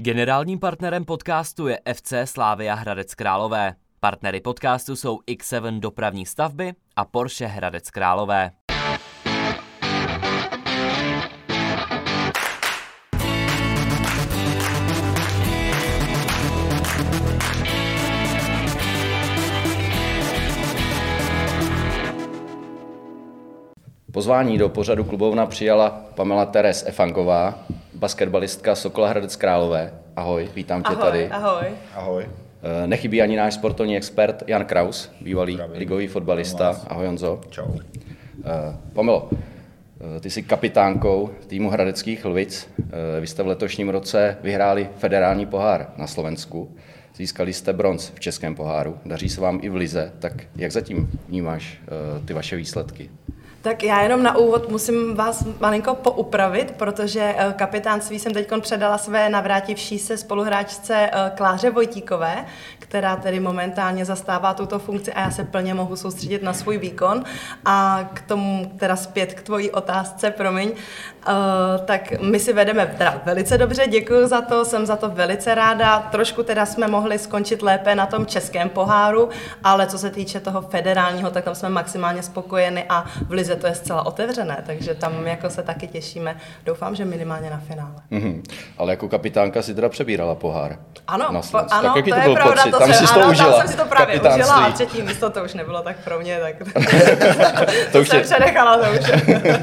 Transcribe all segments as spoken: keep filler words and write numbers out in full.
Generálním partnerem podcastu je F C Slavia Hradec Králové. Partnery podcastu jsou X sedm Dopravní stavby a Porsche Hradec Králové. Pozvání do pořadu Klubovna přijala Pamela Teres Efangová, basketbalistka Sokola Hradec Králové. Ahoj, vítám tě ahoj, tady. Ahoj, ahoj. Nechybí ani náš sportovní expert Jan Kraus, bývalý Zdravím. ligový fotbalista. Ahoj Honzo. Čau. Pamelo, ty jsi kapitánkou týmu Hradeckých Lvic. Vy jste v letošním roce vyhráli federální pohár na Slovensku. Získali jste bronz v českém poháru. Daří se vám i v lize. Tak jak zatím vnímáš ty vaše výsledky? Tak já jenom na úvod musím vás malinko poupravit, protože kapitánství jsem teď předala své navrátivší se spoluhráčce Kláře Vojtíkové, která tedy momentálně zastává tuto funkci a já se plně mohu soustředit na svůj výkon. A k tomu teda zpět k tvojí otázce, promiň, tak my si vedeme teda velice dobře, děkuji za to, jsem za to velice ráda. Trošku teda jsme mohli skončit lépe na tom českém poháru, ale co se týče toho federálního, tak tam jsme maximálně spokojeni a v lize to je zcela otevřené, takže tam jako se taky těšíme. Doufám, že minimálně na finále. Mm-hmm. Ale jako kapitánka si teda přebírala pohár. Ano, po, ano, tak, to je pravda, pocit? to tam jsem, si ano, to užila, tam jsem si to právě užila a třetí místo to už nebylo tak pro mě, tak to, to už jsem je... předechala, to už.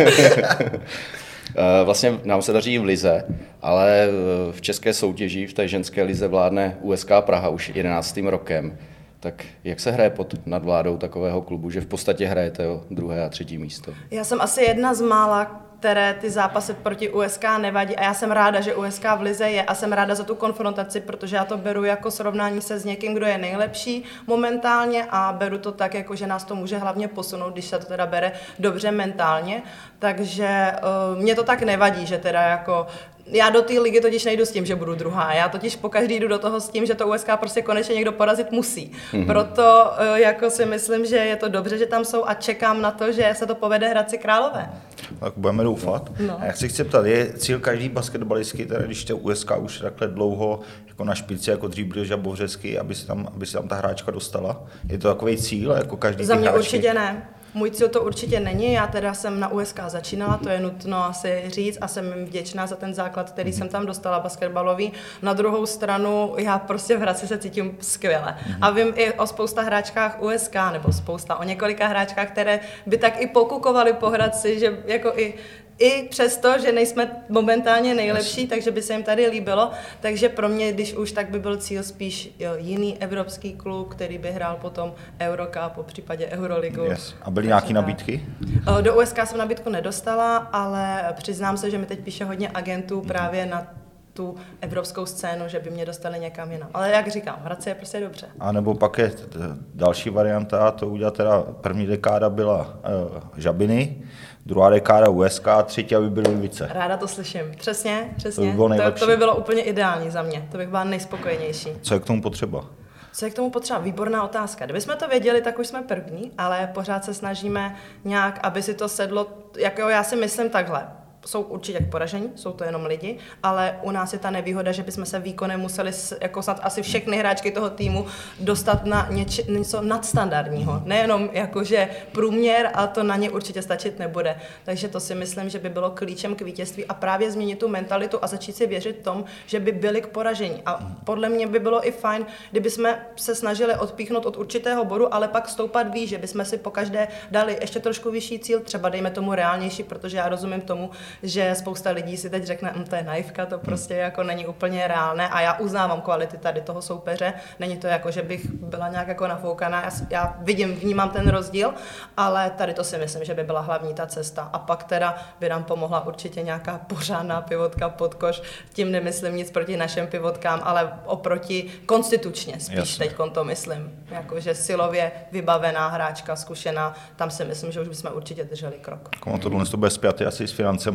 Vlastně nám se daří v lize, ale v české soutěži, v té ženské lize vládne U S K Praha už jedenáctým rokem. Tak jak se hraje pod nadvládou takového klubu, že v podstatě hrajete o druhé a třetí místo? Já jsem asi jedna z mála, které ty zápasy proti U S K nevadí a já jsem ráda, že U S K v lize je a jsem ráda za tu konfrontaci, protože já to beru jako srovnání se s někým, kdo je nejlepší momentálně a beru to tak, jako že nás to může hlavně posunout, když se to teda bere dobře mentálně, takže uh, mě to tak nevadí, že teda jako já do té ligy totiž nejdu s tím, že budu druhá. Já totiž pokaždý jdu do toho s tím, že to U S K prostě konečně někdo porazit musí. Mm-hmm. Proto jako si myslím, že je to dobře, že tam jsou a čekám na to, že se to povede Hradci Králové. Tak budeme doufat. No. A já se chci ptat, je cíl každý basketbalistky, teda když to U S K už takhle dlouho jako na špici, jako dřív byl Žabovřeský, aby se tam, aby se tam ta hráčka dostala? Je to takový cíl, jako každý Za mě hráčky? určitě ne. Můj cíl to určitě není, já teda jsem na U S K začínala, to je nutno asi říct a jsem jim vděčná za ten základ, který mm-hmm. jsem tam dostala basketbalový. Na druhou stranu já prostě v Hradci se cítím skvěle. Mm-hmm. A vím i o spousta hráčkách U S K, nebo spousta, o několika hráčkách, které by tak i pokukovaly po Hradci, že jako i I přesto, že nejsme momentálně nejlepší, yes. takže by se jim tady líbilo. Takže pro mě, když už, tak by byl cíl spíš jo, jiný evropský klub, který by hrál potom Eurocup, po případě Euroligu. Yes. A byly nějaké nabídky? Do U S K jsem nabídku nedostala, ale přiznám se, že mi teď píše hodně agentů mm-hmm. právě na tu evropskou scénu, že by mě dostali někam jinam. Ale jak říkám, v Hradci je prostě dobře. A nebo pak je další varianta, to udělat teda, první dekáda byla uh, Žabiny, druhá dekáda U S K, třetí aby byly Lvice. Ráda to slyším. Přesně, přesně. To by, to, to by bylo úplně ideální za mě. To bych byla nejspokojenější. Co je k tomu potřeba? Co je k tomu potřeba? Výborná otázka. Kdybychom to věděli, tak už jsme první, ale pořád se snažíme nějak, aby si to sedlo, jako já si myslím takhle. Jsou určitě k poražení, jsou to jenom lidi, ale u nás je ta nevýhoda, že bychom se výkonem museli jako snad asi všechny hráčky toho týmu dostat na něč, něco nadstandardního. Nejenom jakože průměr, a to na ně určitě stačit nebude. Takže to si myslím, že by bylo klíčem k vítězství a právě změnit tu mentalitu a začít si věřit tom, že by byli k poražení. A podle mě by bylo i fajn, kdyby jsme se snažili odpíchnout od určitého bodu, ale pak stoupat výš, že bychom si pokaždé dali ještě trošku vyšší cíl, třeba dejme tomu reálnější, protože já rozumím tomu, že spousta lidí si teď řekne, hm, to je naivka, to prostě jako není úplně reálné a já uznávám kvality tady toho soupeře, není to jako, že bych byla nějak jako nafoukaná, já, já vidím, vnímám ten rozdíl, ale tady to si myslím, že by byla hlavní ta cesta a pak teda by nám pomohla určitě nějaká pořádná pivotka pod koš, tím nemyslím nic proti našim pivotkám, ale oproti konstitučně spíš Jasně. teď to myslím, jakože silově vybavená hráčka, zkušená, tam si myslím, že už bychom určitě drželi krok. Komu tohle to bude spjatý asi s financema,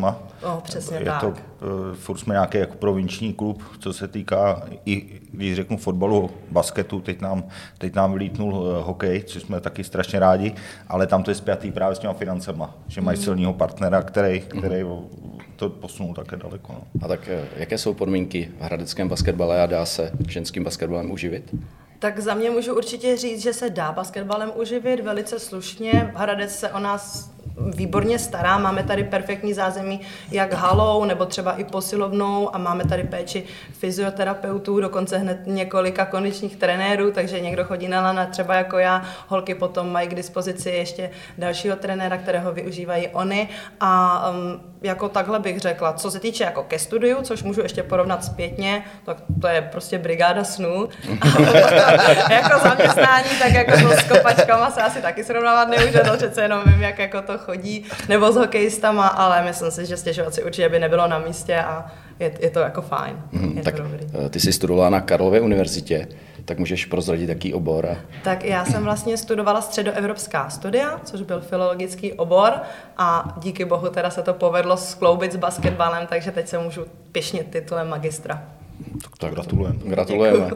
Financema. Oh, přesně je tak. To, uh, furt jsme nějaký jako provinční klub, co se týká, i když řeknu fotbalu, basketu, teď nám, teď nám vylítnul uh, hokej, což jsme taky strašně rádi, ale tam to je spjatý právě s těma financema, že mají silného partnera, který, který to posunul také daleko. No. A tak jaké jsou podmínky v hradeckém basketbale a dá se ženským basketbalem uživit? Tak za mě můžu určitě říct, že se dá basketbalem uživit velice slušně. Hradec se o nás výborně stará, máme tady perfektní zázemí jak halou nebo třeba i posilovnou a máme tady péči fyzioterapeutů, dokonce hned několika kondičních trenérů, takže někdo chodí na lana třeba jako já, holky potom mají k dispozici ještě dalšího trenéra, kterého využívají oni a um, jako takhle bych řekla, co se týče jako ke studiu, což můžu ještě porovnat zpětně, tak to je prostě brigáda snů. Jako zaměstnání, tak jako s kopačkama se asi taky srovnávat nemůže, to přece jenom vím, jak jako to chodí, nebo s hokejistama, ale myslím si, že stěžovat si určitě by nebylo na místě a je, je to jako fajn. Hmm, je tak to dobrý. Ty jsi studovala na Karlově univerzitě, tak můžeš prozradit jaký obor? A... Tak já jsem vlastně studovala středoevropská studia, což byl filologický obor a díky bohu teda se to povedlo skloubit s basketbalem, takže teď se můžu pěšnit titulem magistra. Tak gratulujeme. Gratulujeme.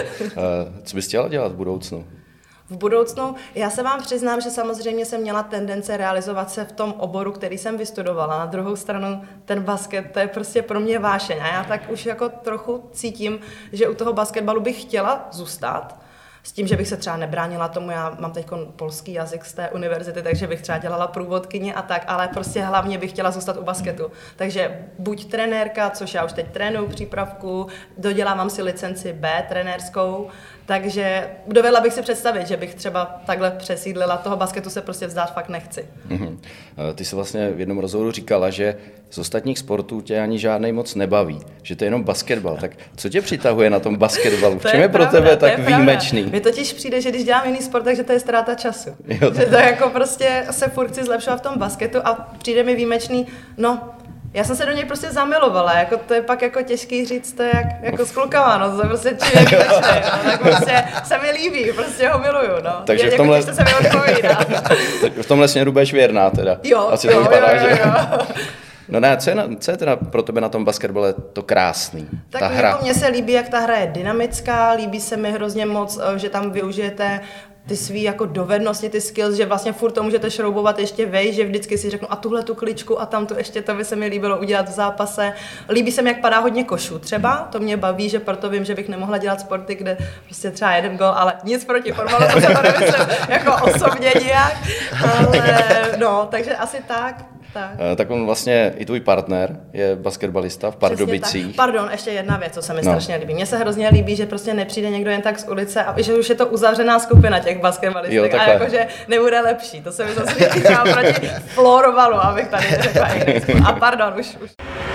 Co bys chtěla dělat v budoucnu? V budoucnu, já se vám přiznám, že samozřejmě jsem měla tendence realizovat se v tom oboru, který jsem vystudovala. Na druhou stranu ten basket, to je prostě pro mě vášeň. A já tak už jako trochu cítím, že u toho basketbalu bych chtěla zůstat. S tím, že bych se třeba nebránila tomu, já mám teď polský jazyk z té univerzity, takže bych třeba dělala průvodkyni a tak, ale prostě hlavně bych chtěla zůstat u basketu. Takže buď trenérka, což já už teď trénuju přípravku, dodělávám si licenci B trenérskou, takže dovedla bych si představit, že bych třeba takhle přesídlila, toho basketu se prostě vzdát fakt nechci. Mm-hmm. Ty jsi vlastně v jednom rozhovoru říkala, že z ostatních sportů tě ani žádnej moc nebaví, že to je jenom basketbal. Tak co tě přitahuje na tom basketbalu? V čem je, je pro pravda, tebe tak výjimečný? Mně totiž přijde, že když dělám jiný sport, takže to je ztráta času. Jo, že to jako prostě se furt chci zlepšovat v tom basketu a přijde mi výjimečný, no, já jsem se do něj prostě zamilovala, jako to je pak jako těžký říct, to je jak, jako s klukama, no, to je prostě čím je výjimečný, no, tak prostě se mi líbí, prostě ho miluju, no. Takže je, v tomhle... jako se mi odpovídá. V tomhle směru budeš věrná teda. Jo, Asi jo, to vypadá, jo, jo, jo. No ne, co je, na, co je teda pro tebe na tom basketbale to krásný, tak ta hra? Jako mně se líbí, jak ta hra je dynamická, líbí se mi hrozně moc, že tam využijete ty svý jako dovednosti, ty skills, že vlastně furt to můžete šroubovat ještě vej, že vždycky si řeknu a tuhle tu kličku a tam tu ještě, to by se mi líbilo udělat v zápase. Líbí se mi, jak padá hodně košů třeba, to mě baví, že proto vím, že bych nemohla dělat sporty, kde prostě třeba jeden gol, ale nic proti fotbalu, to se to nemyslím jako osobně nijak, ale no, takže asi tak. Tak. tak on vlastně, i tvůj partner je basketbalista v Pardubicích. Pardon, ještě jedna věc, co se mi no. strašně líbí. Mně se hrozně líbí, že prostě nepřijde někdo jen tak z ulice a že už je to uzavřená skupina těch basketbalistek a jakože nebude lepší. To se mi zase líbí třeba proti Florovalu, abych tady řekla anglicky. A pardon, už, už.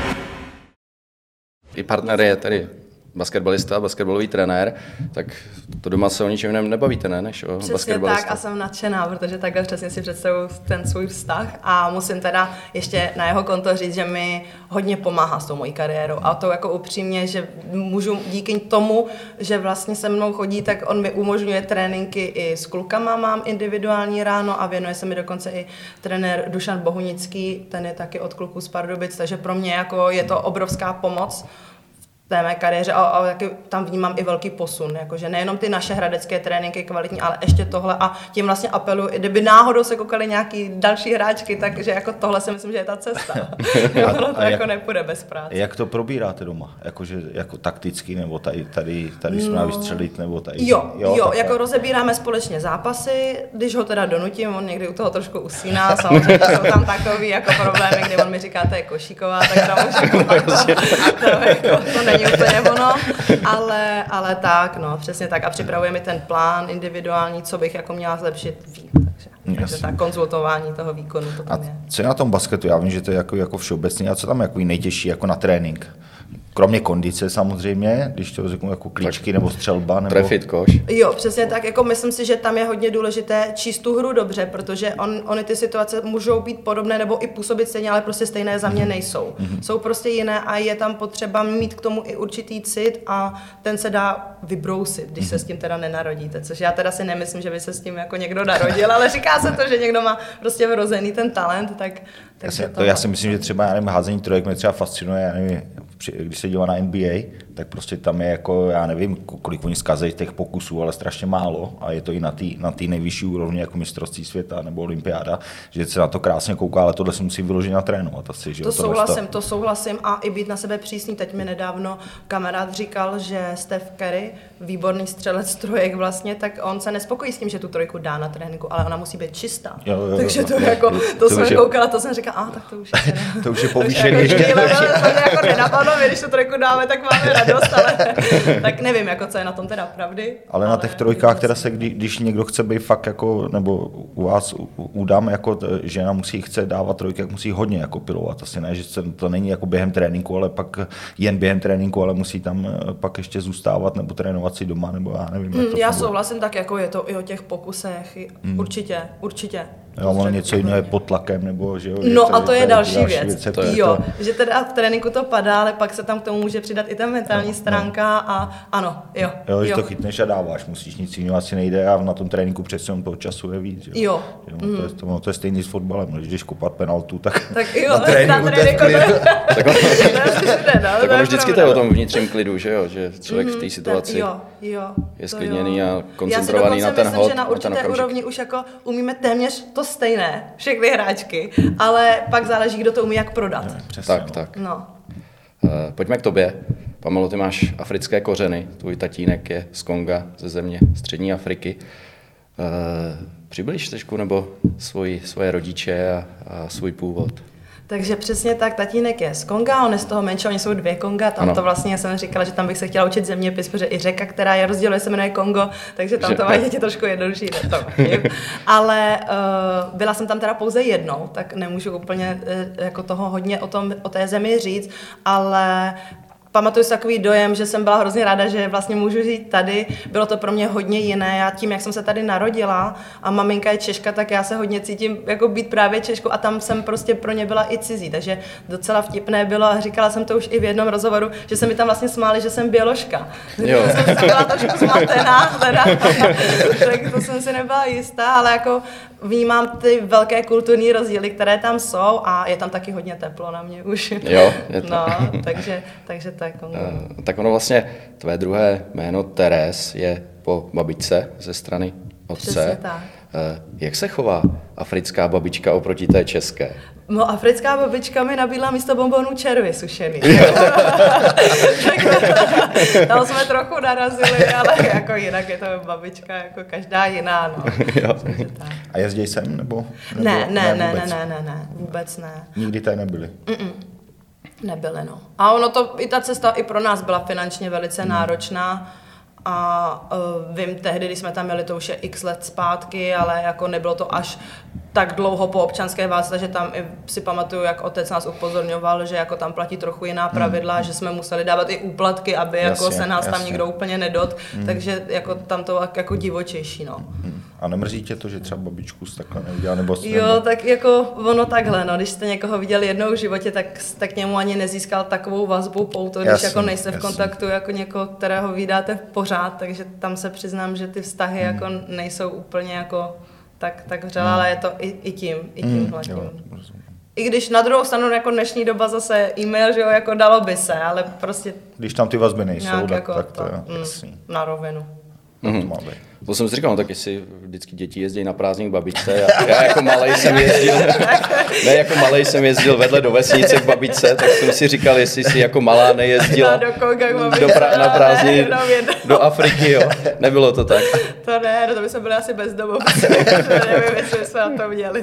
I partner je tady basketbalista, basketbalový trenér, tak to doma se o ničem nebavíte, ne, než o přesně basketbalista. Tak a jsem nadšená, protože takhle přesně si představuji ten svůj vztah a musím teda ještě na jeho konto říct, že mi hodně pomáhá s tou mojí kariérou a to jako upřímně, že můžu díky tomu, že vlastně se mnou chodí, tak on mi umožňuje tréninky i s klukama, mám individuální ráno a věnuje se mi dokonce i trenér Dušan Bohunický, ten je taky od kluků z Pardubic, takže pro mě jako je to obrovská pomoc té mé kariéře a, a taky tam vnímám i velký posun, jakože nejenom ty naše hradecké tréninky kvalitní, ale ještě tohle a tím vlastně apeluji, kdyby náhodou se koukali nějaký další hráčky, takže jako tohle si myslím, že je ta cesta. a, to a jako jak, nepůjde bez práce. Jak to probíráte doma? Jakože jako takticky, nebo tady, tady, tady jsme no. vystřelit, nebo tady? Jo, jo, jo jako rozebíráme společně zápasy, když ho teda donutím, on někdy u toho trošku usíná, samozřejmě jsou tam takový jako problémy, kdy on mi říká, to je Košíková, tak tam už jako, to, jako, to není úplně ono, ale, ale tak, no, přesně tak. A připravuje mi ten plán individuální, co bych jako měla zlepšit víc. Takže, takže tak konzultování toho výkonu to tam a je. Co je na tom basketu? Já vím, že to je jako, jako všeobecný. A co tam je jako nejtěžší jako na trénink? Kromě kondice samozřejmě, když to řeknu jako klíčky nebo střelba. Nebo... Trefit koš. Jo, přesně tak. Jako myslím si, že tam je hodně důležité číst tu hru dobře, protože on, ony ty situace můžou být podobné nebo i působit stejně, ale prostě stejné za mě nejsou. Mm-hmm. Jsou prostě jiné a je tam potřeba mít k tomu i určitý cit a ten se dá vybrousit, když mm-hmm. se s tím teda nenarodíte. Což já teda si nemyslím, že by se s tím jako někdo narodil, ale říká se to, že někdo má prostě vrozený ten talent, tak... Já si, to, já si myslím, že třeba já nevím, házení trojek mě třeba fascinuje, já nevím, když se dívá na N B A, tak prostě tam je jako, já nevím, kolik oni zkazejí těch pokusů, ale strašně málo a je to i na té na nejvyšší úrovni jako mistrovství světa nebo olympiáda, že se na to krásně kouká, ale tohle si musí vyložit na trénovat asi. Že to souhlasím, to souhlasím a i být na sebe přísný. Teď mi nedávno kamarád říkal, že Steph Curry, výborný střelec trojek vlastně, tak on se nespokojí s tím, že tu trojku dá na tréninku, ale ona musí být čistá. Jo, jo, Takže jo, to jo, jako, to, to jsem je... koukala, to jsem říkala, a tak to už je. To už je povýšený ještě. To jako nenapadlo, když tu trojku dáme, tak máme radost, ale tak nevím, jako co je na tom teda pravdy. Ale, ale na těch trojkách teda se, kdy, když někdo chce být fakt jako, nebo u vás, u, u dám, jako žena musí chce dávat trojky, jak musí hodně jako pilovat. Asi ne, že to není jako během tréninku, ale pak jen během tréninku, ale musí tam pak ještě zůstávat nebo trénovat si doma, nebo já nevím. Mm, já souhlasím, tak jako je to i o těch pokusech. Mm. Určitě, určitě. Jo, ono něco jiného je pod tlakem, nebo že jo. No to, a to je, je další, další věc. věc. To je jo, to... že teda v tréninku to padá, ale pak se tam k tomu může přidat i ta mentální no, stránka no. a ano, jo. Jo, jo. že to chytneš a dáváš, musíš, nic jiného asi nejde a na tom tréninku přece jenom toho času je víc. Jo. jo. jo mm. to, je, to, to je stejný s fotbalem, když jdeš kopat penaltu, tak, tak jo, na tréninku to je Tak ono vždycky to je o tom vnitřním klidu, že jo, že člověk v té situaci jo, jo, je sklidněný a koncentrovaný na ten hod. Já si dokonce myslím, že na určité úrovni už jako umíme téměř to stejné, všechny hráčky, ale pak záleží, kdo to umí jak prodat. Ne, přesně, tak, no. tak. No. Uh, pojďme k tobě. Pamelo, ty máš africké kořeny, tvůj tatínek je z Konga, ze země střední Afriky. Uh, přiblíž trošku nebo svoji, svoje rodiče a, a svůj původ. Takže přesně tak, tatínek je z Konga, on je z toho menšího, oni jsou dvě Konga, tam ano. To vlastně, já jsem říkala, že tam bych se chtěla učit zeměpis, protože i řeka, která je rozděluje, se jmenuje Kongo, takže tam to mají děti trošku jednodušší. To ale uh, byla jsem tam teda pouze jednou, tak nemůžu úplně uh, jako toho hodně o, tom, o té zemi říct, ale pamatuju si takový dojem, že jsem byla hrozně ráda, že vlastně můžu žít tady. Bylo to pro mě hodně jiné. Já tím, jak jsem se tady narodila a maminka je Češka, tak já se hodně cítím jako být právě Češkou a tam jsem prostě pro ně byla i cizí. Takže docela vtipné bylo a říkala jsem to už i v jednom rozhovoru, že se mi tam vlastně smáli, že jsem běložka. Jo. Jsem byla trošku zmatená, teda. Tak to jsem si nebyla jistá, ale jako vnímám ty velké kulturní rozdíly, které tam jsou a je tam taky hodně teplo na mě už. Jo, je to. No, takže, takže tak. Ono. Uh, tak ono vlastně, tvé druhé jméno Teres je po babičce ze strany otce. Přesně tak. Uh, jak se chová africká babička oproti té české? No, africká babička mi nabídla místo bonbonů červy sušený. Tam jsme trochu narazili, ale jako jinak je to babička jako každá jiná. No. A jezdí sem? Nebo, nebo ne, ne, ne, ne, ne, ne, ne, vůbec ne. Nikdy tady nebyli? Mm-mm. Nebyly, no. A ono to, i ta cesta i pro nás byla finančně velice hmm. náročná a uh, vím tehdy, když jsme tam měli, to už je x let zpátky, ale jako nebylo to až tak dlouho po občanské válce, takže tam i si pamatuju, jak otec nás upozorňoval, že jako tam platí trochu jiná pravidla, hmm. že jsme museli dávat i úplatky, aby jasně, jako se nás jasně. tam nikdo úplně nedot, hmm. takže jako tam to jako divočejší, no. Hmm. A nemrzí tě to, že třeba babičku takhle neudělá, nebo jste, Jo, tak jako ono takhle, no, když jste někoho viděl jednou v životě, tak jste k němu ani nezískal takovou vazbu, pouto, když jasný, jako nejste v kontaktu jako někoho, kterého vydáte pořád, takže tam se přiznám, že ty vztahy hmm. jako nejsou úplně jako tak, tak vřele, hmm. ale je to i, i tím, i tím hlavním. Hmm. I když na druhou stranu jako dnešní doba zase e-mail, že jo, jako dalo by se, ale prostě... Když tam ty vazby nejsou, tak, jako tak to, to je mm, jasný. Na rovinu. Mm-hmm. To jsem si říkal, no tak jestli vždycky děti jezdí na prázdník babičce, já, já jako malej jsem jezdil, ne jako malej jsem jezdil vedle do vesnice k babičce, tak jsem si říkal, jestli si jako malá nejezdila do Konga, do pra, na prázdní do Afriky, jo. Nebylo to tak. To ne, no to by jsme byli asi bezdomovci, nevím, jestli jsme na to měli.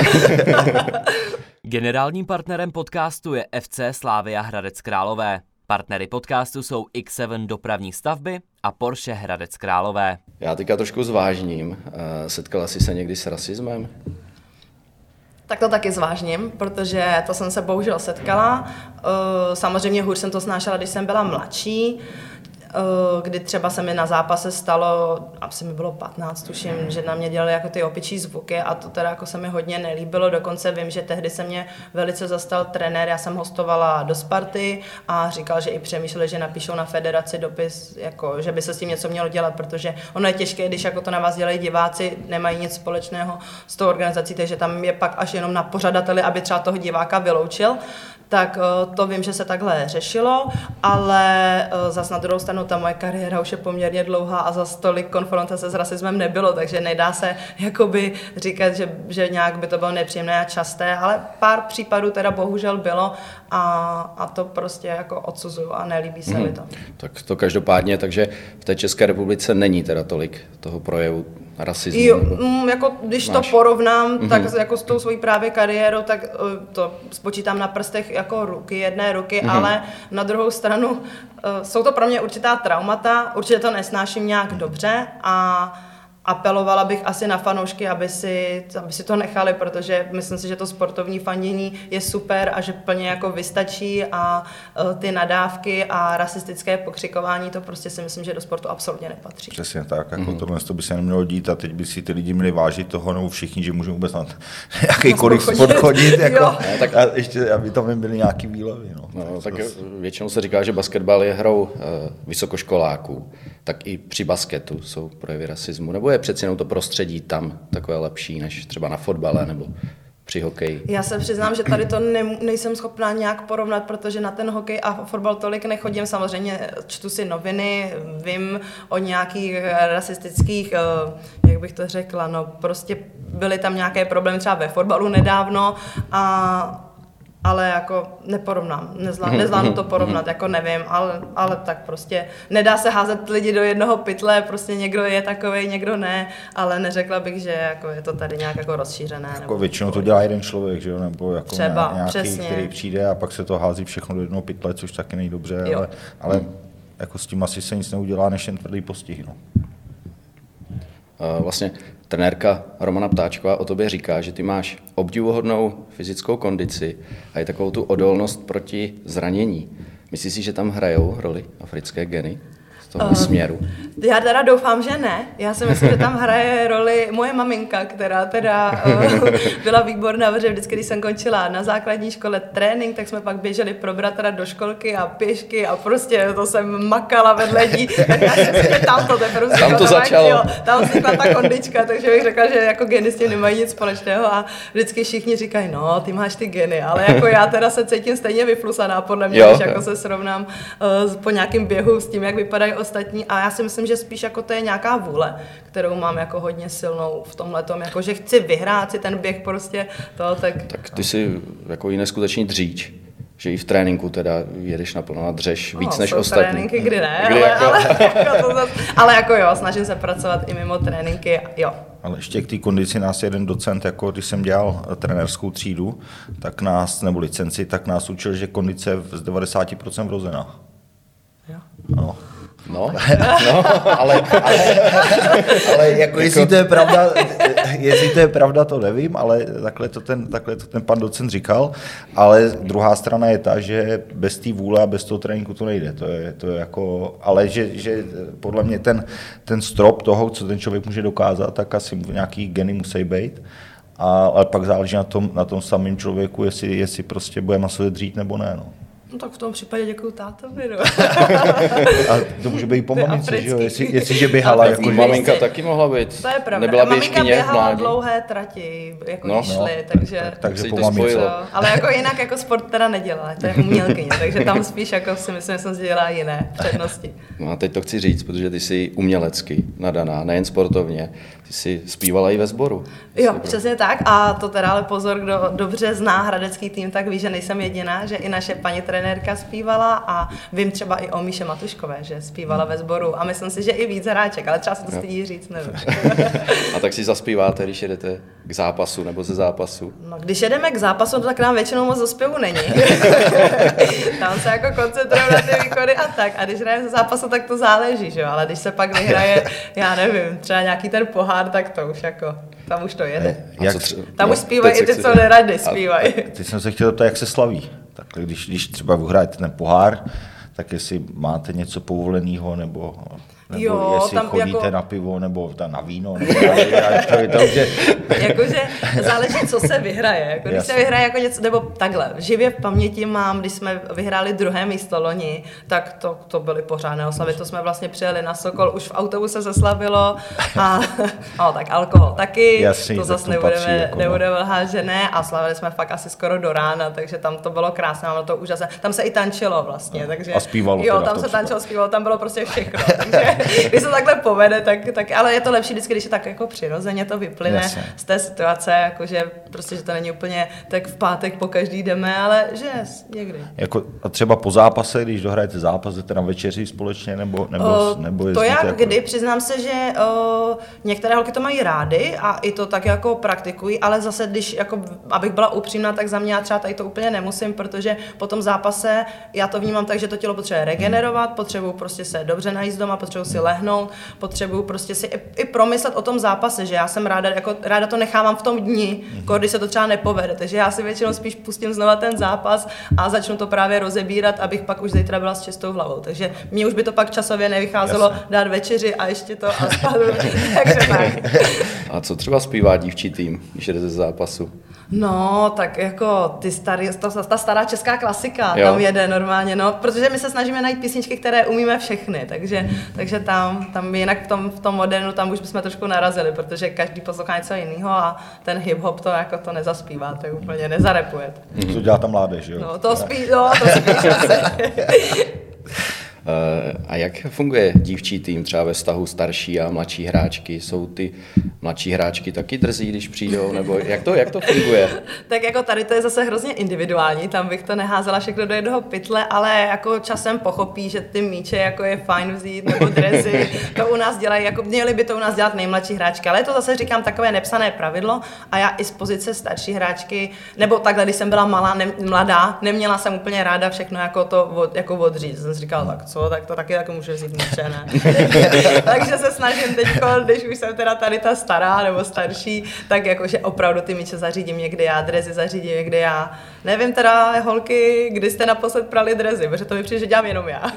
Generálním partnerem podcastu je F C Slavia Hradec Králové. Partnery podcastu jsou X sedm Dopravní stavby a Porsche Hradec Králové. Já teďka trošku zvážním. Setkala jsi se někdy s rasismem? Tak to taky zvážním, protože to jsem se bohužel setkala. Samozřejmě hůř jsem to snášela, když jsem byla mladší, kdy třeba se mi na zápase stalo, asi mi bylo patnáct, tuším, že na mě dělali jako ty opičí zvuky a to teda jako se mi hodně nelíbilo. Dokonce vím, že tehdy se mě velice zastal trenér, já jsem hostovala do Sparty a říkal, že i přemýšleli, že napíšou na federaci dopis, jako, že by se s tím něco mělo dělat, protože ono je těžké, když jako to na vás dělají diváci, nemají nic společného s tou organizací, takže tam je pak až jenom na pořadateli, aby třeba toho diváka vyloučil. Tak to vím, že se takhle řešilo, ale zas na druhou stranu ta moje kariéra už je poměrně dlouhá a zas tolik konfrontace s rasismem nebylo, takže nedá se jakoby říkat, že, že nějak by to bylo nepříjemné a časté, ale pár případů teda bohužel bylo a, a to prostě jako odsuzuju a nelíbí se mi hmm. to. Tak to každopádně, takže v té České republice není teda tolik toho projevu rasismu. Jo, jako když máš to porovnám, mm-hmm. tak jako s tou svojí právě kariérou, tak to spočítám na prstech jako ruky, jedné ruky, mm-hmm. ale na druhou stranu uh, jsou to pro mě určitá traumata, určitě to nesnáším nějak dobře a apelovala bych asi na fanoušky, aby si, aby si to nechali, protože myslím si, že to sportovní fandění je super a že plně jako vystačí a uh, ty nadávky a rasistické pokřikování, to prostě si myslím, že do sportu absolutně nepatří. Přesně tak, jako mm-hmm. tohle to by se nemělo dít a teď by si ty lidi měli vážit toho, nebo všichni, že můžou vůbec na jakýkoliv sport chodit, jako, a ještě, aby tam nebyly nějaký výlevy. No. No, tak většinou se říká, že basketbal je hrou uh, vysokoškoláků, tak i při basketu jsou projevy rasismu, nebo je přeci jenom to prostředí tam takové lepší, než třeba na fotbale nebo při hokeji? Já se přiznám, že tady to ne, nejsem schopná nějak porovnat, protože na ten hokej a fotbal tolik nechodím. Samozřejmě čtu si noviny, vím o nějakých rasistických, jak bych to řekla, no prostě byly tam nějaké problémy třeba ve fotbalu nedávno a ale jako neporovnám, nezvlá, nezvládnu to porovnat, jako nevím, ale, ale tak prostě nedá se házet lidi do jednoho pytle, prostě někdo je takovej, někdo ne, ale neřekla bych, že jako je to tady nějak jako rozšířené. Jako nebo většinou to dělá jeden člověk, že jo, nebo jako třeba, nějaký, přesně. který přijde a pak se to hází všechno do jednoho pytle, což taky není dobře, jo. ale, ale hmm. jako s tím asi se nic neudělá, než jen tvrdý postih, no. Vlastně trenérka Romana Ptáčková o tobě říká, že ty máš obdivuhodnou fyzickou kondici a i takovou tu odolnost proti zranění. Myslíš si, že tam hrajou roli africké geny v tom uh, směru? Já teda doufám, že ne. Já si myslím, že tam hraje roli moje maminka, která teda uh, byla výborná, protože vždycky, když jsem končila na základní škole trénink, tak jsme pak běželi pro bratra do školky a pěšky a prostě to jsem makala vedle ní. Tak já si myslím, že tam to teprve tam to začalo. Jo, tam vznikla ta kondička, takže bych řekla, že jako geny s tím nemají nic společného a vždycky všichni říkají, no, ty máš ty geny, ale jako já teda se cítím stejně vyflusaná podle mě, jo, když jako se srovnám uh, po nějakým běhu s tím, jak vypadají ostatní a já si myslím, že spíš jako to je nějaká vůle, kterou mám jako hodně silnou v tomhletom, jako že chci vyhrát si ten běh prostě to, tak... Tak ty jsi jako i neskutečný dříč, že i v tréninku teda jedeš naplno na dřeš víc no, než ostatní. Tréninky, kdy ne, kdy ale, jako... ale, jako to zase, ale jako jo, snažím se pracovat i mimo tréninky, jo. Ale ještě k té kondici nás jeden docent, jako když jsem dělal trenérskou třídu, tak nás, nebo licenci, tak nás učil, že kondice je z devadesát procent vrozená. Jo. No. No, no, ale, ale, ale jako jestli to je pravda, jestli to je pravda, to nevím, ale takhle to ten, takhle to ten pan docent říkal, ale druhá strana je ta, že bez té vůle a bez toho tréninku to nejde, to je, to je jako, ale že, že podle mě ten, ten strop toho, co ten člověk může dokázat, tak asi nějaký geny musí být. A, ale pak záleží na tom, na tom samém člověku, jestli, jestli prostě bude masově dřít nebo ne. No. No tak v tom případě děkuju tátovi, no. A to může být po mamince, že jo? Jestli, jestliže běhala. Jako, maminka taky mohla být. To je pravda. Nebyla maminka běžkyně běhala dlouhé trati, jako no, šly, no, takže... Tak, takže tak po mamince. Ale jako jinak jako sport teda nedělá, to je umělkyně, takže tam spíš jako si myslím, že jsem si dělala jiné přednosti. No a teď to chci říct, protože ty jsi umělecky nadaná, nejen sportovně, ty jsi zpívala i ve sboru. Jo, přesně tak a to teda ale pozor, kdo dobře zná hradecký tým, tak ví, že nejsem jediná, že i naše paní trenérka zpívala a vím třeba i o Míše Matuškové, že zpívala ve sboru a myslím si, že i víc hráček, ale třeba se to stydí říct, nevím. A tak si zaspíváte, když jedete k zápasu nebo ze zápasu? No, když jedeme k zápasu, tak nám většinou moc zaspěvu není. Tam se jako koncentruju na ty výkony a tak. A když hrajeme ze zápasu, tak to záleží, že jo, ale když se pak vyhraje, já nevím, třeba nějaký ten pohár, tak to už jako... tam už to jede. Jak, třeba, tam no, už zpívají i ty, co nerady zpívají. Teď jsem se chtěl ptát, jak se slaví. Tak když, když třeba vyhrajete ten pohár, tak jestli máte něco povoleného, nebo, nebo jo, jestli tam chodíte jako... na pivo, nebo na víno, nebo to, že... Jakože záleží, co se vyhraje. Jako, když se vyhraje jako něco, nebo takhle, živě v paměti mám, když jsme vyhráli druhé místo loni, tak to, to byly pořádné oslavy, to jsme vlastně přijeli na Sokol, už v autobuse se slavilo a no, tak alkohol taky, jasný, to zase nebudeme, jako, nebudeme lhát, že ne, a slavili jsme fakt asi skoro do rána, takže tam to bylo krásné, bylo to úžasné, tam se i tančilo vlastně, takže a zpívalo jo, tam se tančilo, zpívalo, tam bylo prostě všechno, takže když se takhle povede, tak, tak, ale je to lepší vždycky, když je tak jako přirozeně to vyplyne jasně. Z té situace, jakože prostě, že to není úplně tak v pátek po každý jdeme, ale že někdy. Jako, a třeba po zápase, když dohrajete zápas, jdete na večeři společně, nebo, nebo, o, nebo to jak jako... kdy, přiznám se, že o, některé holky to mají rády a i to tak jako praktikují, ale zase, když, jako, abych byla upřímná, tak za mě já třeba tady to úplně nemusím, protože po tom zápase já to vnímám tak, že to tělo potřebuje regenerovat, potřebuju prostě se dobře najíst doma, potřebuju si lehnout, potřebuju prostě si i, i promyslet o tom zápase, že já jsem ráda, jako ráda to nechávám v tom dni, mm-hmm. když se to třeba nepovede, takže já si většinou spíš pustím znova ten zápas a začnu to právě rozebírat, abych pak už zítra byla s čistou hlavou, takže mě už by to pak časově nevycházelo jasně. Dát večeři a ještě to a spadu, takže tak. A co třeba zpívá dívčí tým, když jdete ze zápasu? No, tak jako ty starý, ta, ta stará česká klasika jo. Tam jede normálně, no, protože my se snažíme najít písničky, které umíme všechny, takže, takže tam, tam jinak v tom, v tom modernu, tam už bychom trošku narazili, protože každý poslouchá něco jiného a ten hip-hop to jako to nezaspívá, to je úplně nezarepuje. To dělá ta mládež, jo? No, to spíš, no, to spíš asi. A jak funguje dívčí tým třeba ve vztahu starší a mladší hráčky? Jsou ty mladší hráčky taky drzí, když přijdou? Nebo jak to, jak to funguje? Tak jako tady to je zase hrozně individuální, tam bych to neházela všechno do jednoho pytle, ale jako časem pochopí, že ty míče jako je fajn vzít, nebo drezy, to u nás dělají, jako měli by to u nás dělat nejmladší hráčky, ale je to zase říkám takové nepsané pravidlo a já i z pozice starší hráčky, nebo takhle, když jsem byla malá, ne, mladá, neměla jsem úplně ráda všechno jako to od, jako odříct, jsem si říkala, tak co, tak to taky jako můžu vzít míče, ne? Takže se snažím teďko, když už jsem teda tady ta stará nebo starší, tak jakože opravdu ty míče zařídím někdy já, drezy zařídím někdy já. Nevím teda, holky, kdy jste naposled prali drezy, protože to mi přijde, že dělám jenom já.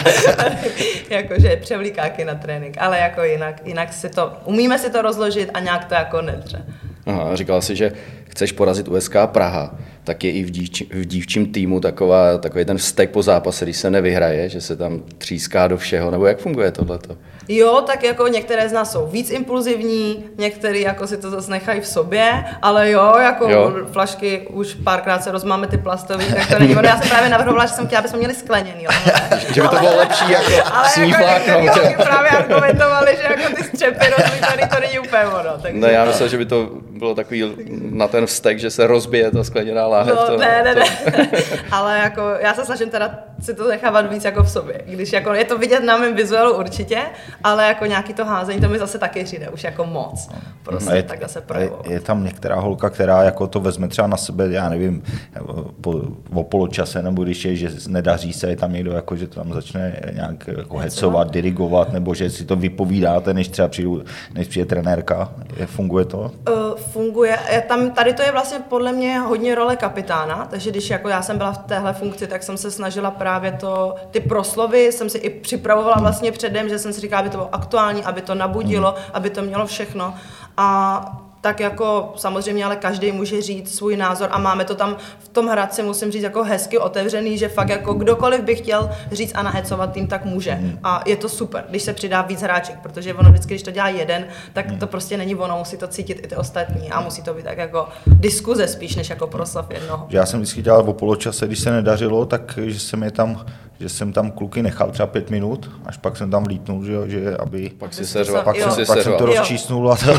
Jakože převlíkáky na trénink, ale jako jinak, jinak si to, umíme si to rozložit a nějak to jako nedře. Aha, říkala jsi, že chceš porazit U S K Praha, tak je i v, dívči, v dívčím týmu taková, takový ten vztek po zápase, když se nevyhraje, že se tam tříská do všeho, nebo jak funguje tohleto? Jo, tak jako některé z nás jsou víc impulzivní, některý jako si to zase nechají v sobě, ale jo, jako jo. Flašky už párkrát se rozmáme ty plastový, tak to není ono. Já jsem právě navrhovala, že jsem chtěla, aby jsme měli skleněný. Jo. Že by to bylo lepší jako smí fláknout. Ale jako právě argumentovali, že jako ty střepy rozlítaný, to není úplně ono. Takže no já myslím, že by to bylo takový na ten vztek, že se rozbije ta skleněná láhev. No, to, ne, ne, to... ne. Ale jako já se snažím teda si to nechávat víc jako v sobě. Když jako je to vidět na mém vizuálu určitě, ale jako nějaký to házení, to mi zase taky přijde už jako moc. Prostě je, takhle se projevovat. Je, je tam některá holka, která jako to vezme třeba na sebe, já nevím, po, po poločase, nebo když je, že nedaří se, je tam někdo, jako, že to tam začne nějak jako hecovat, dirigovat, nebo že si to vypovídáte, než třeba přijdu, než přijde trenérka. Je, funguje to? Uh, funguje. Tam, tady to je vlastně podle mě hodně role kapitána, takže když jako já jsem byla v téhle funkci, tak jsem se snažila právě to, ty proslovy jsem si i připravovala vlastně předem, že jsem si říkala, aby to bylo aktuální, aby to nabudilo, aby to mělo všechno. A tak jako samozřejmě, ale každý může říct svůj názor a máme to tam v tom Hradci, musím říct, jako hezky otevřený, že fakt jako kdokoliv by chtěl říct a nahecovat tým, tak může. A je to super, když se přidá víc hráček, protože ono vždycky, když to dělá jeden, tak to prostě není ono, musí to cítit i ty ostatní a musí to být tak jako diskuze spíš, než jako proslav jednoho. Já jsem vždycky dělal o poločase, když se nedařilo, tak že jsem je tam že jsem tam kluky nechal třeba pět minut, až pak jsem tam vlítnul, že, že aby... Pak si seřval. Pak, jsem, pak jsem to rozčísnul. A to,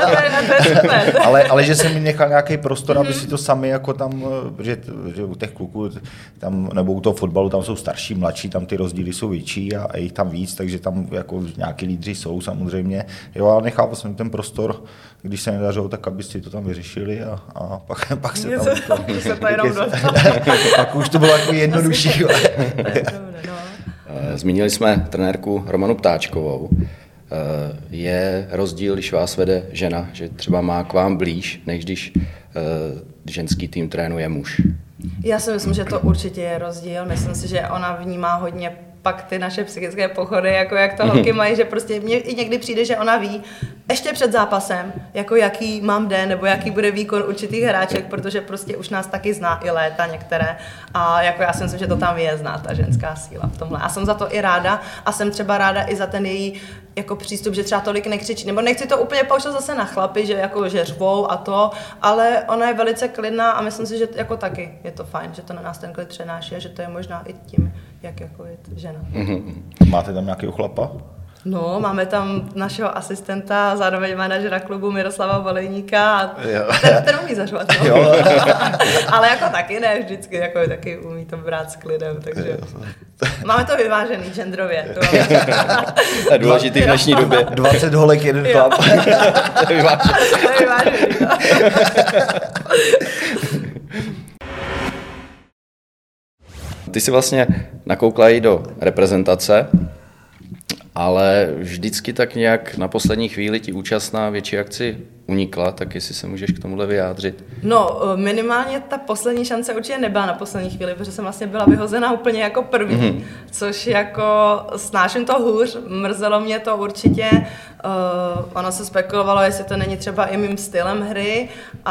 ale, ale že jsem jim nechal nějaký prostor, aby si to sami jako tam, že, že u těch kluků, tam, nebo u toho fotbalu, tam jsou starší, mladší, tam ty rozdíly jsou větší a, a jich tam víc, takže tam jako nějaký lídři jsou samozřejmě. Jo, ale nechával jsem ten prostor, když se nedařilo, tak aby si to tam vyřešili a, a pak, pak se tam... To, se to jenom pak už to bylo jako jednodušší. Zmínili jsme trenérku Romanu Ptáčkovou. Je rozdíl, když vás vede žena, že třeba má k vám blíž, než když ženský tým trénuje muž? Já si myslím, že to určitě je rozdíl. Myslím si, že ona vnímá hodně pak ty naše psychické pochody, jako jak to holky mají, že prostě mně i někdy přijde, že ona ví ještě před zápasem, jako jaký mám den, nebo jaký bude výkon určitých hráček, protože prostě už nás taky zná i léta některé a jako já si myslím, že to tam je znát, ta ženská síla v tomhle. A jsem za to i ráda a jsem třeba ráda i za ten její jako přístup, že třeba tolik nekřičí, nebo nechci to úplně pouštět zase na chlapy, že jako že řvou a to, ale ona je velice klidná a myslím si, že jako taky je to fajn, že to na nás ten klid přenáší a že to je možná i tím, jak jako je žena. Mm-hmm. Máte tam nějakého chlapa? No, máme tam našeho asistenta, zároveň manažera klubu Miroslava Volejníka a ten, ten umí zařvat, no. Ale jako taky ne vždycky, jako taky umí to brát s klidem, takže máme to vyvážený genderově. To je důležitý v dnešní době. dvacet holek, jeden chlap. To je vyvážený. Ty jsi vlastně nakoukla i do reprezentace, ale vždycky tak nějak na poslední chvíli ti účast na větší akci unikla, tak jestli se můžeš k tomuhle vyjádřit. No, minimálně ta poslední šance určitě nebyla na poslední chvíli, protože jsem vlastně byla vyhozená úplně jako první, mm-hmm. což jako snáším to hůř, mrzelo mě to určitě, uh, ono se spekulovalo, jestli to není třeba i mým stylem hry,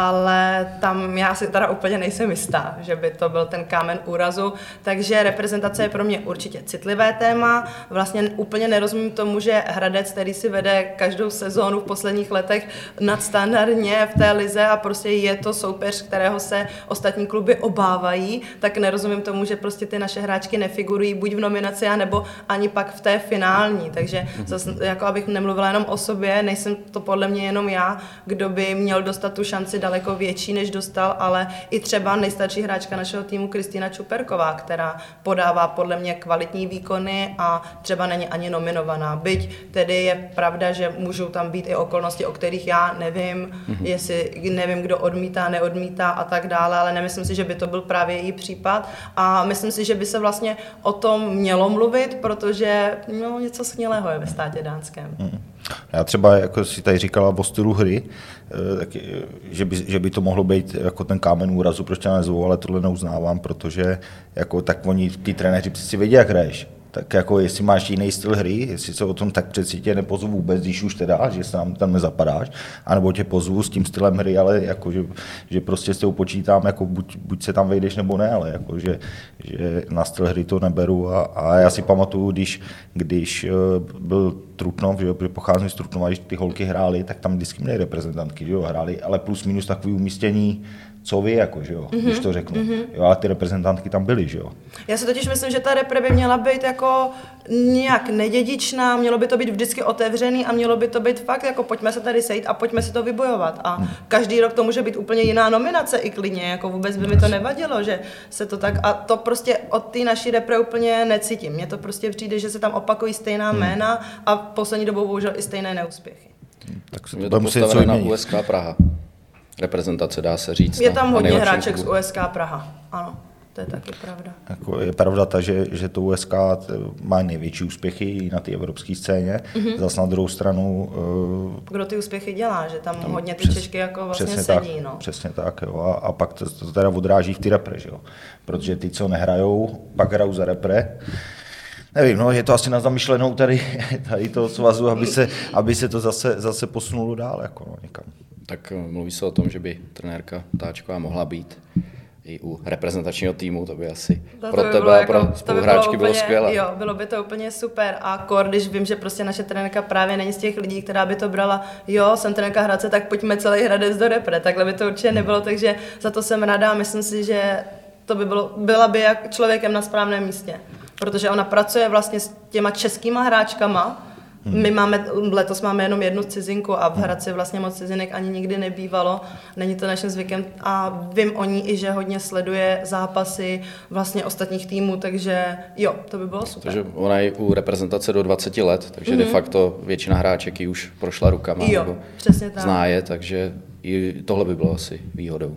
ale tam já si teda úplně nejsem jistá, že by to byl ten kámen úrazu, takže reprezentace je pro mě určitě citlivé téma, vlastně úplně nerozumím tomu, že Hradec, který si vede každou sezónu v posledních letech nadstandardně v té lize a prostě je to soupeř, kterého se ostatní kluby obávají, tak nerozumím tomu, že prostě ty naše hráčky nefigurují buď v nominaci, nebo ani pak v té finální, takže zase, jako abych nemluvila jenom o sobě, nejsem to podle mě jenom já, kdo by měl dostat tu šanci daleko větší, než dostal, ale i třeba nejstarší hráčka našeho týmu Kristýna Čuperková, která podává podle mě kvalitní výkony a třeba není ani nominovaná. Byť tedy je pravda, že můžou tam být i okolnosti, o kterých já nevím, mm-hmm. jestli nevím, kdo odmítá, neodmítá a tak dále, ale nemyslím si, že by to byl právě její případ a myslím si, že by se vlastně o tom mělo mluvit, protože no, něco sknělého je ve státě dánském. Mm. Já třeba, jako si tady říkala o stylu hry, tak, že, by, že by to mohlo být jako ten kámen úrazu, proč tě nezvou, ale tohle neuznávám, protože jako, tak oni, ty trenéři si vědí, jak hraješ. Tak jako jestli máš jiný styl hry, jestli se o tom tak přeci tě nepozvu vůbec, když už teda, že se nám tam nezapadáš, anebo tě pozvu s tím stylem hry, ale jako, že, že prostě s tou počítám, jako buď, buď se tam vejdeš nebo ne, ale jako, že, že na styl hry to neberu a, a já si pamatuju, když, když byl Trutnov, že, že pocházím z Trutnova, když ty holky hrály, tak tam vždycky měly reprezentantky, že jo, hrály, ale plus minus takový umístění, co vy, jako, že jo, mm-hmm. když to řeknu. Mm-hmm. Jo, ale ty reprezentantky tam byly, že jo. Já si totiž myslím, že ta repre by měla být jako nějak nedědičná, mělo by to být vždycky otevřený a mělo by to být fakt jako pojďme se tady sejít a pojďme si to vybojovat. A mm. každý rok to může být úplně jiná nominace i klidně, jako vůbec by mi to nevadilo, že se to tak, a to prostě od té naší repre úplně necítím. Mně to prostě přijde, že se tam opakují stejná mm. jména a poslední dobou bohužel i stejné neúspěchy. Tak se to, to postavené na U S K Praha. Reprezentace, dá se říct. Je tam hodně hráček z U S K Praha, ano, to je taky pravda. Jako je pravda ta, že, že to U S K má největší úspěchy na té evropské scéně, mm-hmm. zase na druhou stranu... Uh, Kdo ty úspěchy dělá, že tam, tam hodně ty přes, Češky jako vlastně sedí, tak, no. Přesně tak, jo, a, a pak to, to teda odráží v ty repre, že jo, protože ty, co nehrajou, pak hrajou za repre. Nevím, no, je to asi na zamyšlenou tady, tady toho svazu, aby se, aby se to zase, zase posunulo dál, jako no, někam. Tak mluví se o tom, že by trenérka Táčková mohla být i u reprezentačního týmu, to by asi to pro by tebe a pro jako, spoluhráčky bylo, bylo skvělé. Jo, bylo by to úplně super a kor, když vím, že prostě naše trenérka právě není z těch lidí, která by to brala, jo, jsem trenérka Hradce, tak pojďme celý Hradec do repre, takhle by to určitě nebylo, takže za to jsem ráda a myslím si, že to by bylo, byla by jak člověkem na správném místě, protože ona pracuje vlastně s těma českýma hráčkama. My máme, letos máme jenom jednu cizinku a v Hradci vlastně moc cizinek ani nikdy nebývalo, není to naším zvykem a vím o ní i, že hodně sleduje zápasy vlastně ostatních týmů, takže jo, to by bylo super. Takže ona je u reprezentace do dvacet let, takže mm-hmm. de facto většina hráček ji už prošla rukama, jo, nebo přesně tak. Zná je, takže i tohle by bylo asi výhodou.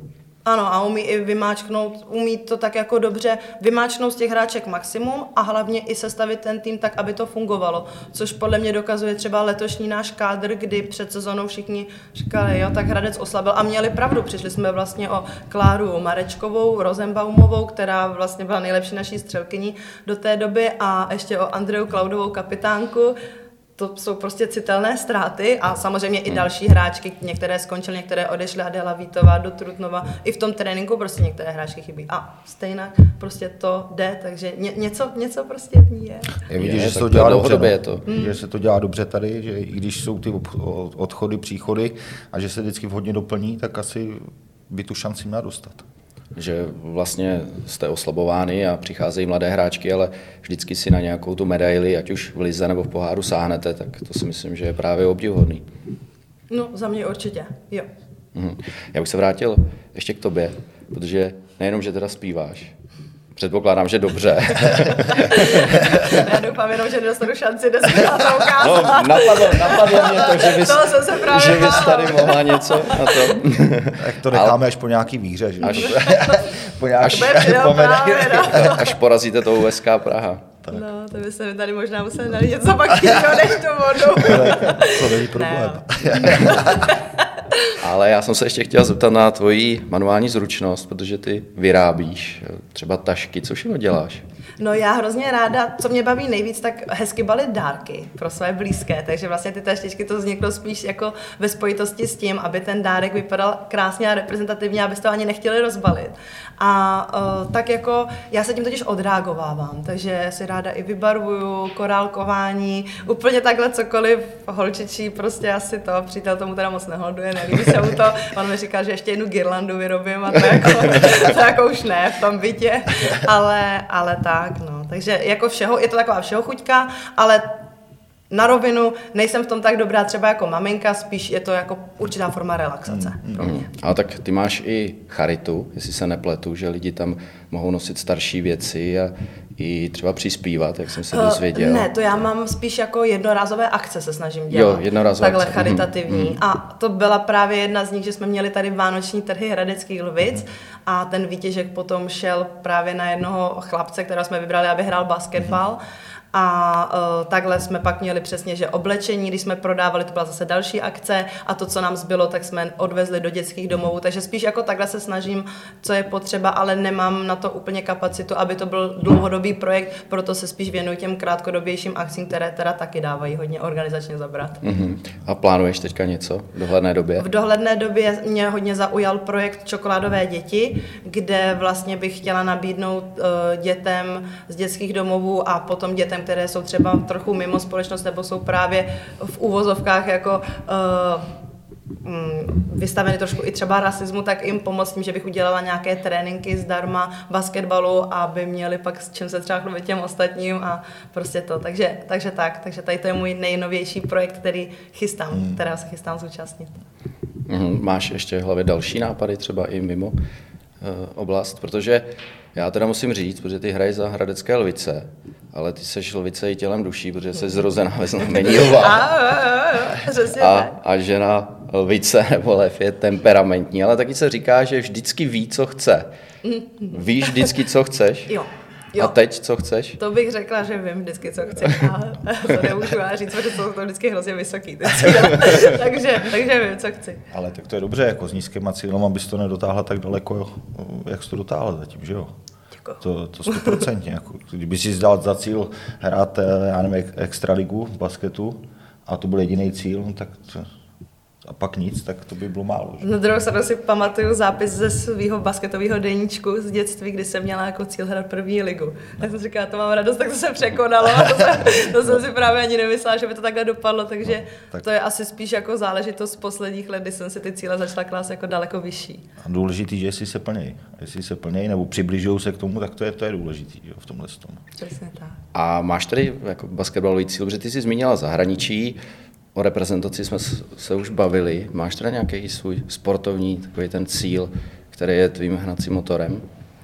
Ano, a umí i vymáčknout, umí to tak jako dobře vymáčknout z těch hráček maximum a hlavně i sestavit ten tým tak, aby to fungovalo. Což podle mě dokazuje třeba letošní náš kádr, kdy před sezónou všichni říkali, jo, tak Hradec oslabil a měli pravdu. Přišli jsme vlastně o Kláru Marečkovou, Rosenbaumovou, která vlastně byla nejlepší naší střelkyní do té doby a ještě o Andreu Klaudovou kapitánku. To jsou prostě citelné ztráty a samozřejmě i další hráčky, některé skončily, některé odešly, Adela Vítová do Trutnova. I v tom tréninku prostě některé hráčky chybí. A stejně prostě to jde, takže ně, něco, něco prostě v ní je. Je vidět, že se to dělá dobře, je to. Hmm. Že se to dělá dobře tady, že i když jsou ty odchody, příchody a že se vždycky vhodně doplní, tak asi by tu šanci měla dostat. Že vlastně jste oslabovány a přicházejí mladé hráčky, ale vždycky si na nějakou tu medaili, ať už v lize nebo v poháru sáhnete, tak to si myslím, že je právě obdivuhodný. No, za mě určitě, jo. Mhm. Já bych se vrátil ještě k tobě, protože nejenom, že teda zpíváš, předpokládám, že dobře. Já doufám jenom, že nedostanu šanci dneska to ukázat. No, napadlo, napadlo mě to, že bys, to se že bys tady mohla něco na to. Tak to necháme Ale... až po nějaký výhře, že? Až, po nějaký... až, až porazíte to U S K Praha. Tak. No, to by se mi tady možná museli nalít něco pak jiného než tu vodu. To není problém. Ale já jsem se ještě chtěl zeptat na tvoji manuální zručnost, protože ty vyrábíš třeba tašky, co všechno děláš? No já hrozně ráda, co mě baví nejvíc, tak hezky balit dárky pro své blízké, takže vlastně ty taštičky to vzniklo spíš jako ve spojitosti s tím, aby ten dárek vypadal krásně a reprezentativně, abyste to ani nechtěli rozbalit. A uh, tak jako já se tím totiž odreagovávám, takže si ráda i vybarvuju, korálkování, úplně takhle cokoliv holčičí, prostě asi to, přítel tomu teda moc nehoduje, nelíbí se mu to, on mi říkal, že ještě jednu girlandu vyrobím a to jako, to jako už ne v tom bytě, ale, ale tak. No, takže jako všeho, je to taková všeho chuťka, ale na rovinu nejsem v tom tak dobrá třeba jako maminka, spíš je to jako určitá forma relaxace mm, pro mě. Ale tak ty máš i charitu, jestli se nepletu, že lidi tam mohou nosit starší věci a i třeba přispívat, jak jsem se dozvěděl. Ne, to já mám spíš jako jednorázové akce se snažím dělat. Jo, jednorázové takhle akce. Charitativní. Mm, mm. A to byla právě jedna z nich, že jsme měli tady vánoční trhy Hradeckých Lvic mm. a ten výtěžek potom šel právě na jednoho chlapce, kterého jsme vybrali, aby hrál basketbal. Mm. A uh, takhle jsme pak měli přesně, že oblečení, když jsme prodávali, to byla zase další akce a to, co nám zbylo, tak jsme odvezli do dětských domovů, takže spíš jako takhle se snažím, co je potřeba, ale nemám na to úplně kapacitu, aby to byl dlouhodobý projekt, proto se spíš věnuji těm krátkodobějším akcím, které teda taky dávají hodně organizačně zabrat. Mm-hmm. A plánuješ teďka něco v dohledné době? V dohledné době mě hodně zaujal projekt Čokoládové děti, kde vlastně bych chtěla nabídnout uh, dětem z dětských domovů a potom dětem, které jsou třeba trochu mimo společnost nebo jsou právě v úvozovkách jako uh, vystaveny trošku i třeba rasismu, tak jim pomoct tím, že bych udělala nějaké tréninky zdarma basketbalu, aby měli pak s čím se třeba chlubit těm ostatním a prostě to. Takže, takže tak, takže tady to je můj nejnovější projekt, který chystám, hmm. která se chystám zúčastnit. Hmm, máš ještě v hlavě další nápady třeba i mimo uh, oblast, protože já teda musím říct, protože ty hraješ za Hradecké Lvice, ale ty seš Lvice i tělem duší, protože jsi zrozená ve znamení lva. A, a žena Lvice nebo lev je temperamentní, ale taky se říká, že vždycky ví, co chce. Víš vždycky, co chceš? Jo. Jo. A teď, co chceš? To bych řekla, že vím vždycky, co chci. A to nemůžu já říct, protože jsou to vždycky hrozně vysoký. takže, takže vím, co chci. Ale tak to je dobře, jako s nízkýma cílem, abys to nedotáhla tak daleko, jak jsi to dotáhla zatím, že jo? To, to stoprocentně. Jako, kdyby si dal za cíl hrát, já nevím, extraligu v basketu a to byl jediný cíl, tak to, a pak nic, tak to by bylo málo. Že? Na druhou stranu si pamatuju zápis ze svého basketového deníčku z dětství, kdy jsem měla jako cíl hrát první ligu. Tak jsem říkala, to mám radost, tak to se překonalo. A to, jsem, to jsem si právě ani nemyslela, že by to takhle dopadlo, takže no, tak. To je asi spíš jako záležitost z posledních let, kdy jsem si ty cíle začala klást jako daleko vyšší. A důležitý, že jestli se plnějí. Jestli se plnějí nebo přibližují se k tomu, tak to je, to je důležitý, jo, v tomhle tomu. Přesně tak. A máš tady jako basketbalový cíl, protože ty jsi zmínila zahraničí, o reprezentaci jsme se už bavili. Máš teda nějaký svůj sportovní takový ten cíl, který je tvým hnacím motorem?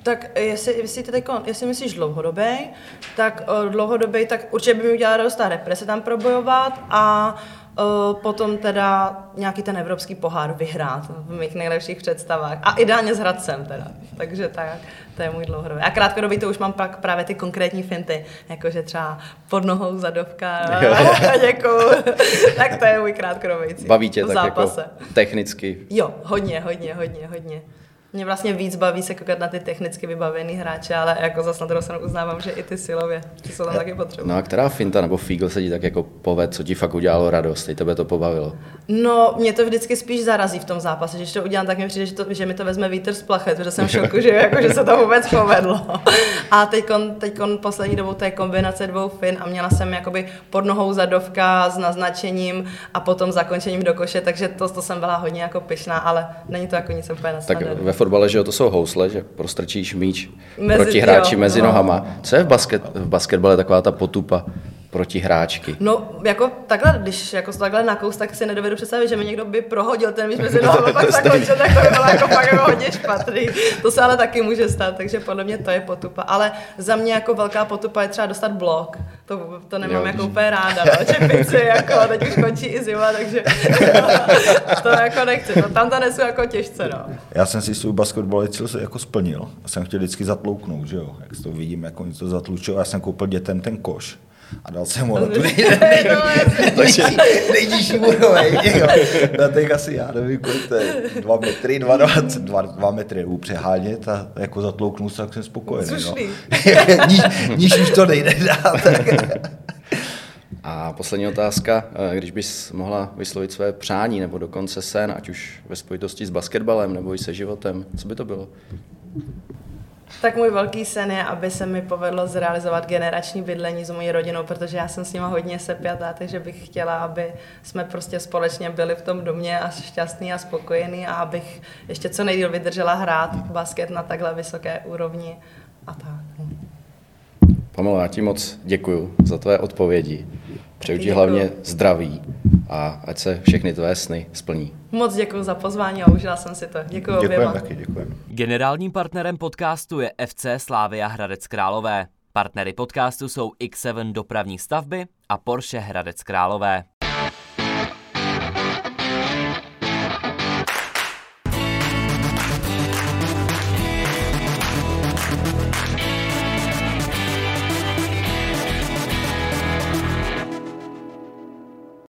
Tak jestli, jestli, teďko, jestli myslíš dlouhodobý, tak uh, dlouhodobý, tak určitě by mi udělala radost ta repre se tam probojovat a uh, potom teda nějaký ten evropský pohár vyhrát v mých nejlepších představách. A ideálně s Hradcem teda. Takže tak, to je můj dlouhodobý. A krátkodobý to už mám pak právě ty konkrétní finty, jakože třeba pod nohou zadovka, děkuju. Tak to je můj krátkodobý cíl. Baví tě tak zápase. Jako technicky? Jo, hodně, hodně, hodně, hodně. Mě vlastně víc baví se koukat na ty technicky vybavený hráče, ale jako zase na druhou stranu uznávám, že i ty silově, ty jsou tam taky potřeba. No a která finta nebo fígl se ti tak jako poved, co ti fakt udělalo radost, teď tebe to pobavilo? No, mě to vždycky spíš zarazí v tom zápase, že když to udělám, tak mi přijde, že, to, že mi to vezme vítr z plachet, protože jsem v šoku, že, jako, že se to vůbec povedlo. A teďkon, teďkon poslední dobou to je kombinace dvou fin a měla jsem jakoby pod nohou zadovka s naznačením a potom zakončením do koše, takže to, to jsem byla hodně jako pyšná, ale není to jako nic úplně nasnadné. Ve fotbale, že jo, to jsou housle, že prostrčíš míč mezi, proti hráči jo, mezi no. nohama. Co je v, basket, v basketbale taková ta potupa proti hráčky? No, jako takhle, když jako takhle nakous, tak si nedovedu představit, že mi někdo by prohodil ten míč mezi nohama, pak zakončil, tak to by bylo jako fakt jako hodně špatný. To se ale taky může stát, takže podle mě to je potupa. Ale za mě jako velká potupa je třeba dostat blok. To, to nemám jo, jako když... úplně ráda, no, čepici, jako teď už končí i zima, takže to jako nechci. No, tam to nesu jako těžce, no. Já jsem si svůj basketbalový cíl jako splnil. Já jsem chtěl vždycky zatlouknout, že jo, jak to vidím, jako něco zatlučilo. Já jsem koupil dětem ten koš. A dal jsem ho na tu nejnižší úroveň. Na těch asi, já nevím, kolik to je, dva metry, dva, dva, dva metry nebo přehánět a jako zatlouknu se, tak jsem spokojený. No. Níž, níž už to nejde dát. A poslední otázka, když bys mohla vyslovit své přání nebo dokonce sen, ať už ve spojitosti s basketbalem nebo i se životem, co by to bylo? Tak můj velký sen je, aby se mi povedlo zrealizovat generační bydlení s mojí rodinou, protože já jsem s nima hodně sepjatá, takže bych chtěla, aby jsme prostě společně byli v tom domě a šťastný a spokojený a abych ještě co nejdýl vydržela hrát basket na takhle vysoké úrovni a tak. Pamelo, já ti moc děkuju za tvé odpovědi. Přeju ti hlavně zdraví a ať se všechny tvé sny splní. Moc děkuji za pozvání a užila jsem si to. Děkuji oběma. Děkujeme taky, děkujeme. Generálním partnerem podcastu je F C Slavia Hradec Králové. Partnery podcastu jsou X sedm Dopravní stavby a Porsche Hradec Králové.